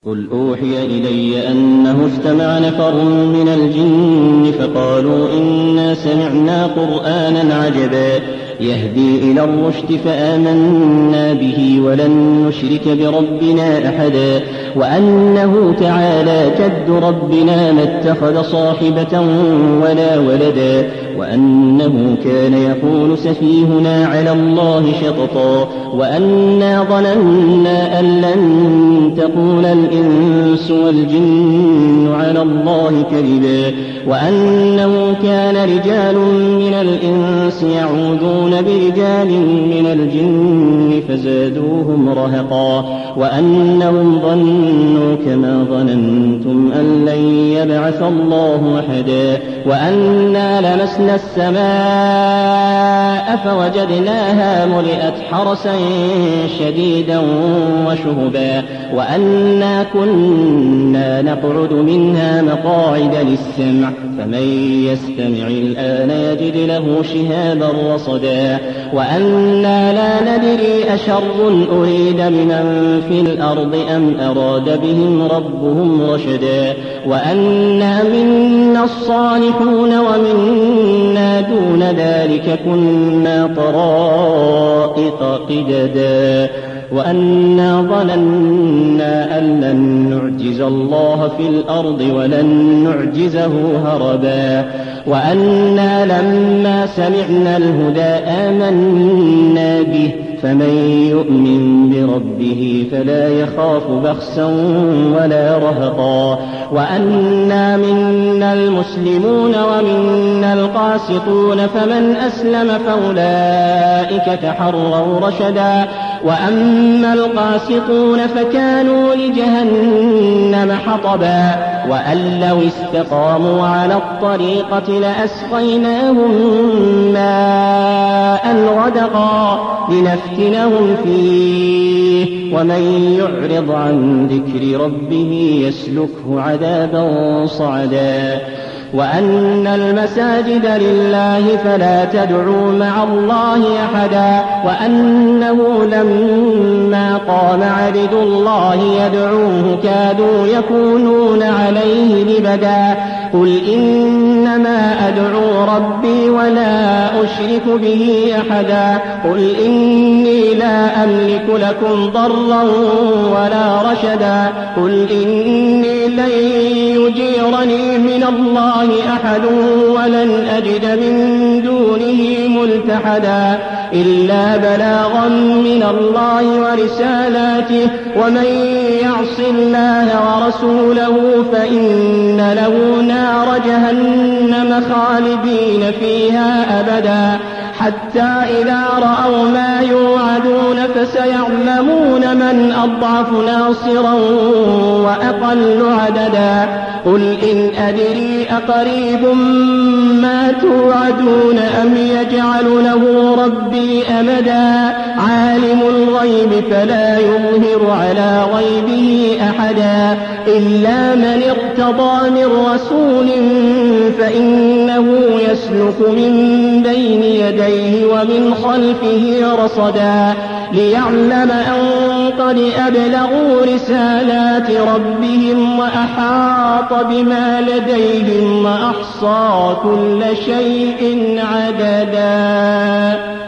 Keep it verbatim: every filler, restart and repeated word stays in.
قل أوحي إلي أنه استمع نفر من الجن فقالوا إنا سمعنا قرآنا عجبا يهدي إلى الرشد فآمنا به ولن نشرك بربنا أحدا وأنه تعالى جد ربنا ما اتخذ صاحبة ولا ولدا وأنه كان يقول سفيهنا على الله شططا وأنا ظننا أن لن تقول الإنس والجن على الله كذبا وأنه كان رجال من الإنس يعوذون برجال من الجن فزادوهم رهقا وأنهم ظنوا كما ظننتم أن لن يبعث الله أحدا وأنا لمسنا السماء فوجدناها ملئت حرسا شديدا وشهبا وأنا كنا نقعد منها مقاعد للسمع فمن يستمع الآن يجد له شهابا رصدا وأنا لا ندري أشر أريد بمن في الأرض أم أراد بهم ربهم رشدا وأنا منا الصالحون ومنا دون ذلك كنا طرائق قددا وأنا ظننا أن لن نعجز الله في الأرض ولن نعجزه هربا وأنا لما سمعنا الهدى آمنا به فمن يؤمن بربه فلا يخاف بخسا ولا رهقا وأنا منا المسلمون ومنا القاسطون فمن أسلم فأولئك تحروا رشدا وأما القاسطون فكانوا لجهنم حطبا وأن لو استقاموا على الطريقة لأسقيناهم ماء غدقا لنفتنهم فيه ومن يعرض عن ذكر ربه يسلكه عذابا صعدا وأن المساجد لله فلا تدعوا مع الله أحدا وأنه لما قام عبد الله يدعوه كادوا يكونون عليه لبدا قل إنما أدعو ربي ولا أشرك به أحدا قل إني لا أملك لكم ضرا ولا رشدا قل إني لن يجيرني من الله أحد ولن أجد من دونه ملتحدا إلا بلاغا من الله ورسالاته ومن يعص الله ورسوله فإن له نار جهنم خالدين فيها أبدا حتى إذا رأوا ما يوعدون فسيعلمون من أضعف ناصرا وأقل عددا قل إن أدري أقريب ما توعدون أم يجعل له ربي أمدا عالم الغيب فلا يظهر على غيبه أحدا إلا من ارتضى من رسول فإنه يسلك من بين يديه ومن خلفه رصدا ليعلم أن قد أبلغوا رسالات ربهم وأحاط بما لديهم وأحصى كل شيء عددا.